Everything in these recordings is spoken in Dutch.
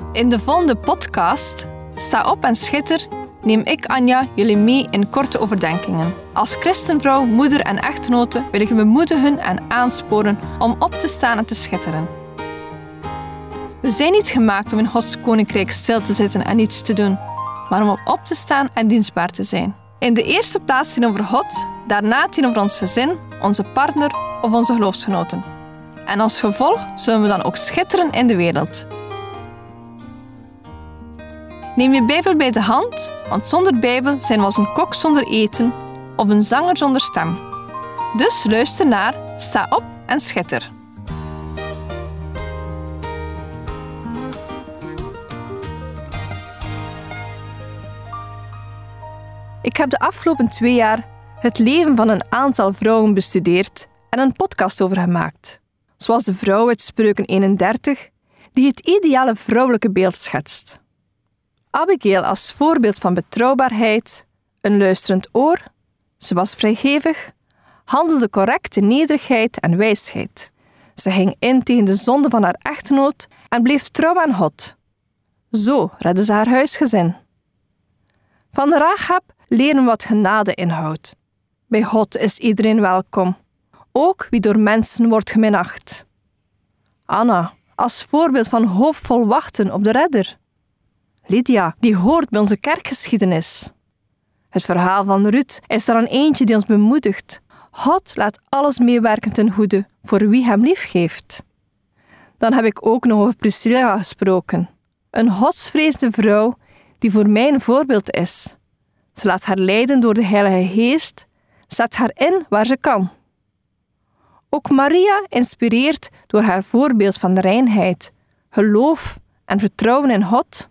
In de volgende podcast, Sta op en schitter, neem ik, Anja, jullie mee in korte overdenkingen. Als christenvrouw, moeder en echtgenote wil ik je bemoedigen en aansporen om op te staan en te schitteren. We zijn niet gemaakt om in Gods koninkrijk stil te zitten en niets te doen, maar om op te staan en dienstbaar te zijn. In de eerste plaats tegenover God, daarna tegenover ons gezin, onze partner of onze geloofsgenoten. En als gevolg zullen we dan ook schitteren in de wereld. Neem je Bijbel bij de hand, want zonder Bijbel zijn we als een kok zonder eten of een zanger zonder stem. Dus luister naar, sta op en schitter. Ik heb de afgelopen 2 jaar het leven van een aantal vrouwen bestudeerd en een podcast over gemaakt. Zoals de vrouw uit Spreuken 31, die het ideale vrouwelijke beeld schetst. Abigail als voorbeeld van betrouwbaarheid, een luisterend oor, ze was vrijgevig, handelde correct in nederigheid en wijsheid. Ze ging in tegen de zonde van haar echtgenoot en bleef trouw aan God. Zo redde ze haar huisgezin. Van Rahab leren we wat genade inhoudt. Bij God is iedereen welkom, ook wie door mensen wordt geminacht. Anna, als voorbeeld van hoopvol wachten op de redder. Lydia, die hoort bij onze kerkgeschiedenis. Het verhaal van Ruth is er een eentje die ons bemoedigt. God laat alles meewerken ten goede voor wie hem liefgeeft. Dan heb ik ook nog over Priscilla gesproken. Een godsvrezende vrouw die voor mij een voorbeeld is. Ze laat haar leiden door de Heilige Geest, zet haar in waar ze kan. Ook Maria inspireert door haar voorbeeld van reinheid, geloof en vertrouwen in God.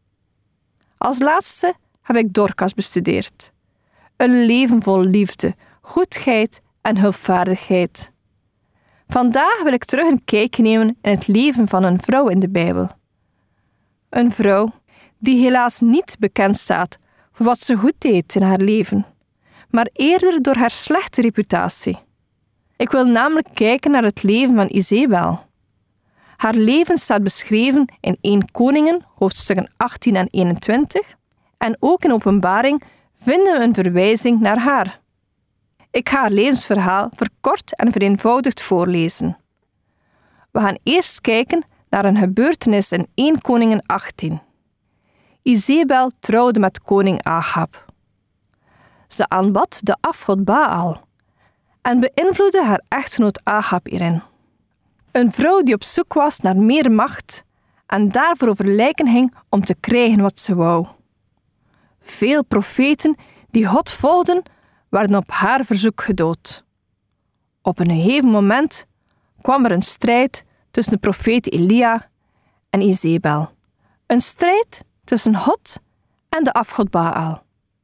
Als laatste heb ik Dorcas bestudeerd. Een leven vol liefde, goedheid en hulpvaardigheid. Vandaag wil ik terug een kijkje nemen in het leven van een vrouw in de Bijbel. Een vrouw die helaas niet bekend staat voor wat ze goed deed in haar leven, maar eerder door haar slechte reputatie. Ik wil namelijk kijken naar het leven van Izebel. Haar leven staat beschreven in 1 Koningen, hoofdstukken 18 en 21, en ook in Openbaring vinden we een verwijzing naar haar. Ik ga haar levensverhaal verkort en vereenvoudigd voorlezen. We gaan eerst kijken naar een gebeurtenis in 1 Koningen 18. Izebel trouwde met koning Ahab. Ze aanbad de afgod Baal en beïnvloedde haar echtgenoot Ahab hierin. Een vrouw die op zoek was naar meer macht en daarvoor over lijken ging om te krijgen wat ze wou. Veel profeten die God volgden, werden op haar verzoek gedood. Op een gegeven moment kwam er een strijd tussen de profeet Elia en Izebel. Een strijd tussen God en de afgod Baal.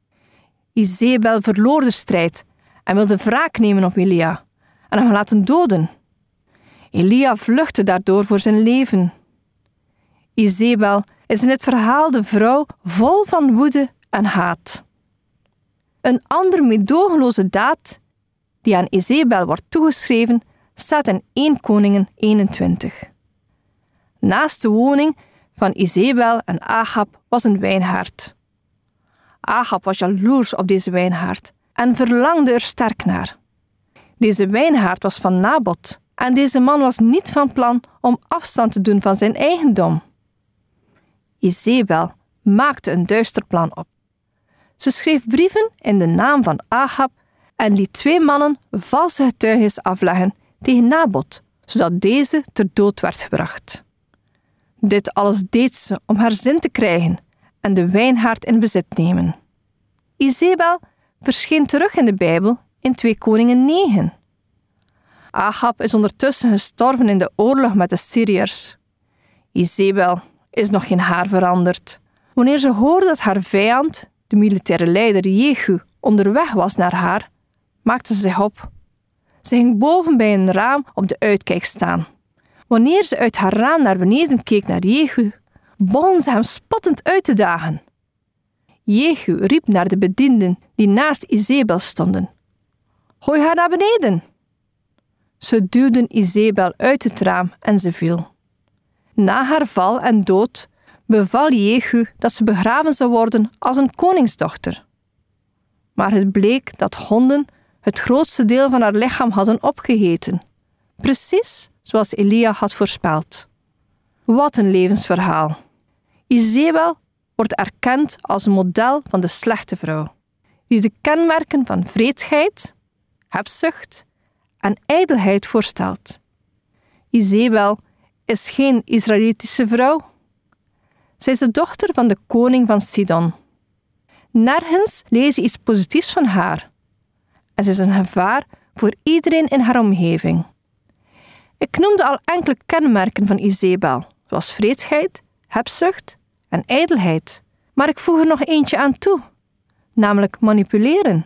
Izebel verloor de strijd en wilde wraak nemen op Elia en hem laten doden. Elia vluchtte daardoor voor zijn leven. Izebel is in dit verhaal de vrouw vol van woede en haat. Een andere meedogenloze daad die aan Izebel wordt toegeschreven, staat in 1 Koningen 21. Naast de woning van Izebel en Ahab was een wijngaard. Ahab was jaloers op deze wijngaard en verlangde er sterk naar. Deze wijngaard was van Nabot en deze man was niet van plan om afstand te doen van zijn eigendom. Izebel maakte een duister plan op. Ze schreef brieven in de naam van Ahab en liet 2 mannen valse getuigenis afleggen tegen Nabot, zodat deze ter dood werd gebracht. Dit alles deed ze om haar zin te krijgen en de wijngaard in bezit nemen. Izebel verscheen terug in de Bijbel in 2 Koningen 9. Ahab is ondertussen gestorven in de oorlog met de Syriërs. Izebel is nog geen haar veranderd. Wanneer ze hoorde dat haar vijand, de militaire leider Jehu, onderweg was naar haar, maakte ze zich op. Ze ging boven bij een raam op de uitkijk staan. Wanneer ze uit haar raam naar beneden keek naar Jehu, begon ze hem spottend uit te dagen. Jehu riep naar de bedienden die naast Izebel stonden. Gooi haar naar beneden! Ze duwden Izebel uit het raam en ze viel. Na haar val en dood beval Jehu dat ze begraven zou worden als een koningsdochter. Maar het bleek dat honden het grootste deel van haar lichaam hadden opgegeten, precies zoals Elia had voorspeld. Wat een levensverhaal. Izebel wordt erkend als een model van de slechte vrouw, die de kenmerken van wreedheid, hebzucht en ijdelheid voorstelt. Izebel is geen Israëlitische vrouw. Zij is de dochter van de koning van Sidon. Nergens lees je iets positiefs van haar. En ze is een gevaar voor iedereen in haar omgeving. Ik noemde al enkele kenmerken van Izebel, zoals wreedheid, hebzucht en ijdelheid. Maar ik voeg er nog eentje aan toe, namelijk manipuleren.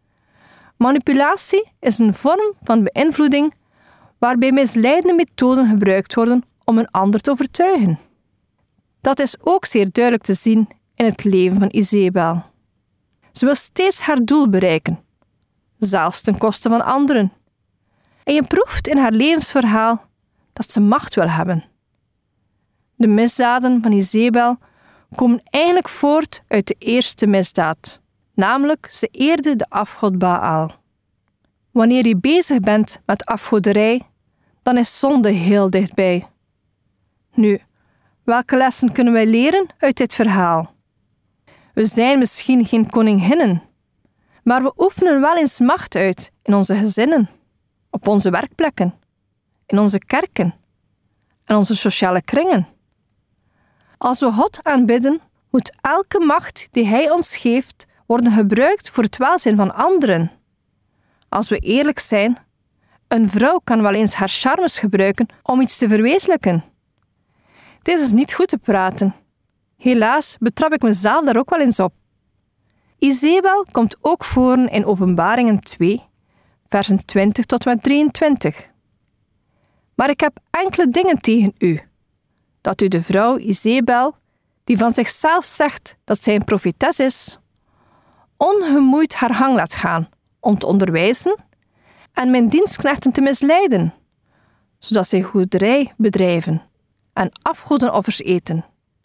Manipulatie is een vorm van beïnvloeding waarbij misleidende methoden gebruikt worden om een ander te overtuigen. Dat is ook zeer duidelijk te zien in het leven van Izebel. Ze wil steeds haar doel bereiken, zelfs ten koste van anderen. En je proeft in haar levensverhaal dat ze macht wil hebben. De misdaden van Izebel komen eigenlijk voort uit de eerste misdaad, namelijk ze eerde de afgod Baal. Wanneer je bezig bent met afgoderij, dan is zonde heel dichtbij. Nu, welke lessen kunnen wij leren uit dit verhaal? We zijn misschien geen koninginnen, maar we oefenen wel eens macht uit in onze gezinnen, op onze werkplekken, in onze kerken en onze sociale kringen. Als we God aanbidden, moet elke macht die Hij ons geeft worden gebruikt voor het welzijn van anderen. Als we eerlijk zijn, een vrouw kan wel eens haar charmes gebruiken om iets te verwezenlijken. Dit is niet goed te praten. Helaas betrap ik mezelf daar ook wel eens op. Izebel komt ook voor in Openbaringen 2, versen 20 tot en met 23. Maar ik heb enkele dingen tegen u. Dat u de vrouw Izebel, die van zichzelf zegt dat zij een profetes is, ongemoeid haar gang laat gaan om te onderwijzen en mijn dienstknechten te misleiden, zodat zij hoerderij bedrijven en afgodenoffers eten.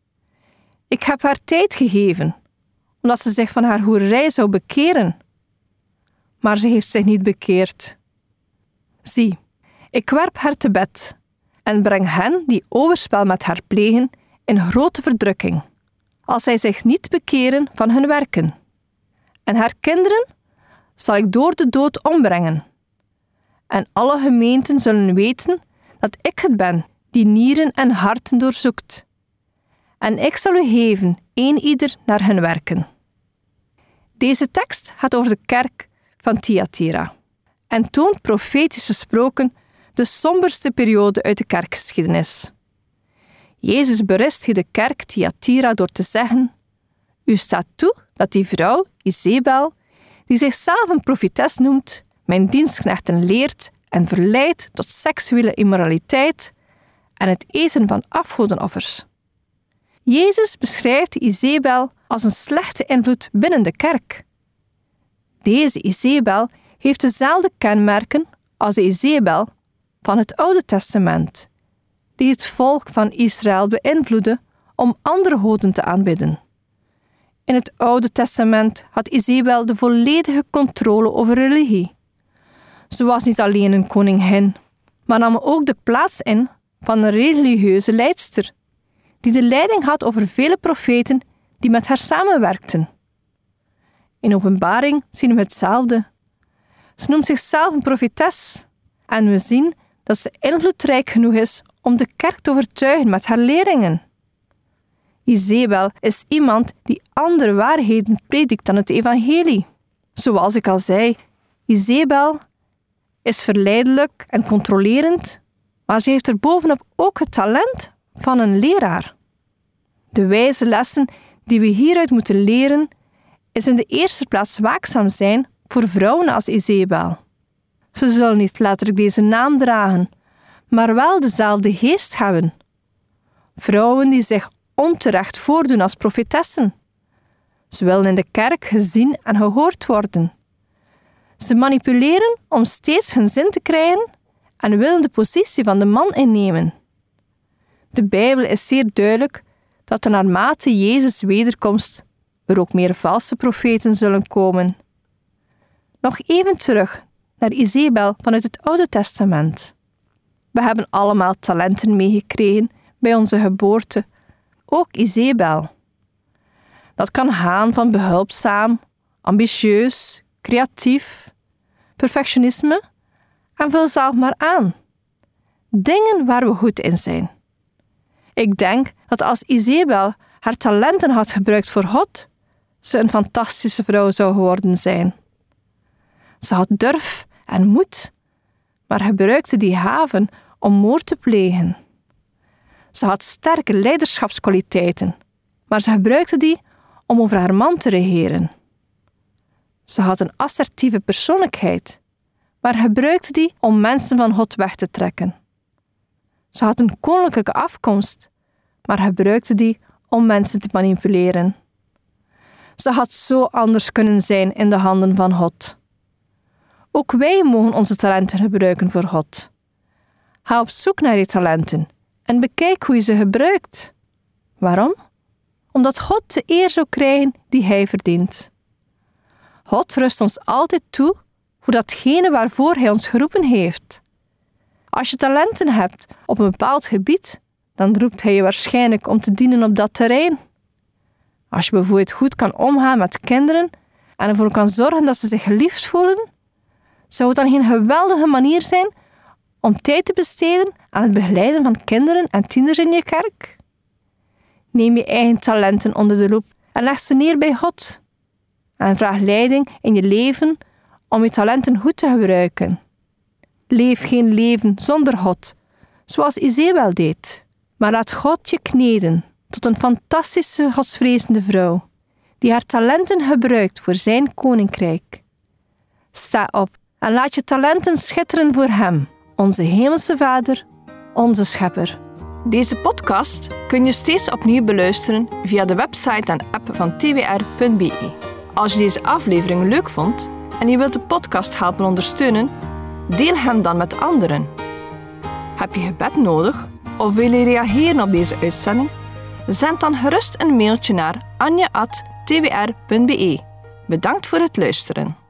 Ik heb haar tijd gegeven, omdat ze zich van haar hoererij zou bekeren. Maar ze heeft zich niet bekeerd. Zie, ik werp haar te bed en breng hen die overspel met haar plegen in grote verdrukking, als zij zich niet bekeren van hun werken. En haar kinderen zal ik door de dood ombrengen. En alle gemeenten zullen weten dat ik het ben die nieren en harten doorzoekt. En ik zal u geven, ieder naar hun werken. Deze tekst gaat over de kerk van Thyatira en toont profetisch gesproken de somberste periode uit de kerkgeschiedenis. Jezus berust hier de kerk Thyatira door te zeggen: u staat toe dat die vrouw, Izebel, die zichzelf een profetes noemt, mijn dienstknechten leert en verleidt tot seksuele immoraliteit en het eten van afgodenoffers. Jezus beschrijft Izebel als een slechte invloed binnen de kerk. Deze Izebel heeft dezelfde kenmerken als de Izebel van het Oude Testament, die het volk van Israël beïnvloedde om andere goden te aanbidden. In het Oude Testament had Izebel de volledige controle over religie. Ze was niet alleen een koningin, maar nam ook de plaats in van een religieuze leidster, die de leiding had over vele profeten die met haar samenwerkten. In Openbaring zien we hetzelfde. Ze noemt zichzelf een profetes en we zien dat ze invloedrijk genoeg is om de kerk te overtuigen met haar leringen. Izebel is iemand die andere waarheden predikt dan het evangelie. Zoals ik al zei, Izebel is verleidelijk en controlerend, maar ze heeft er bovenop ook het talent van een leraar. De wijze lessen die we hieruit moeten leren, is in de eerste plaats waakzaam zijn voor vrouwen als Izebel. Ze zullen niet letterlijk deze naam dragen, maar wel dezelfde geest hebben. Vrouwen die zich onterecht voordoen als profetessen. Ze willen in de kerk gezien en gehoord worden. Ze manipuleren om steeds hun zin te krijgen en willen de positie van de man innemen. De Bijbel is zeer duidelijk dat er naarmate Jezus' wederkomst er ook meer valse profeten zullen komen. Nog even terug naar Izebel vanuit het Oude Testament. We hebben allemaal talenten meegekregen bij onze geboorte, ook Izebel. Dat kan gaan van behulpzaam, ambitieus, creatief, perfectionisme en vul zelf maar aan. Dingen waar we goed in zijn. Ik denk dat als Izebel haar talenten had gebruikt voor God, ze een fantastische vrouw zou geworden zijn. Ze had durf en moed, maar gebruikte die gaven om moord te plegen. Ze had sterke leiderschapskwaliteiten, maar ze gebruikte die om over haar man te regeren. Ze had een assertieve persoonlijkheid, maar gebruikte die om mensen van God weg te trekken. Ze had een koninklijke afkomst, maar gebruikte die om mensen te manipuleren. Ze had zo anders kunnen zijn in de handen van God. Ook wij mogen onze talenten gebruiken voor God. Ga op zoek naar je talenten en bekijk hoe je ze gebruikt. Waarom? Omdat God de eer zou krijgen die Hij verdient. God rust ons altijd toe voor datgene waarvoor Hij ons geroepen heeft. Als je talenten hebt op een bepaald gebied, dan roept Hij je waarschijnlijk om te dienen op dat terrein. Als je bijvoorbeeld goed kan omgaan met kinderen en ervoor kan zorgen dat ze zich geliefd voelen, zou het dan geen geweldige manier zijn om tijd te besteden aan het begeleiden van kinderen en tieners in je kerk? Neem je eigen talenten onder de loep en leg ze neer bij God. En vraag leiding in je leven om je talenten goed te gebruiken. Leef geen leven zonder God, zoals Izebel deed. Maar laat God je kneden tot een fantastische godsvrezende vrouw, die haar talenten gebruikt voor zijn koninkrijk. Sta op en laat je talenten schitteren voor Hem, onze Hemelse Vader, onze Schepper. Deze podcast kun je steeds opnieuw beluisteren via de website en app van twr.be. Als je deze aflevering leuk vond en je wilt de podcast helpen ondersteunen, deel hem dan met anderen. Heb je gebed nodig of wil je reageren op deze uitzending? Zend dan gerust een mailtje naar anja@twr.be. Bedankt voor het luisteren.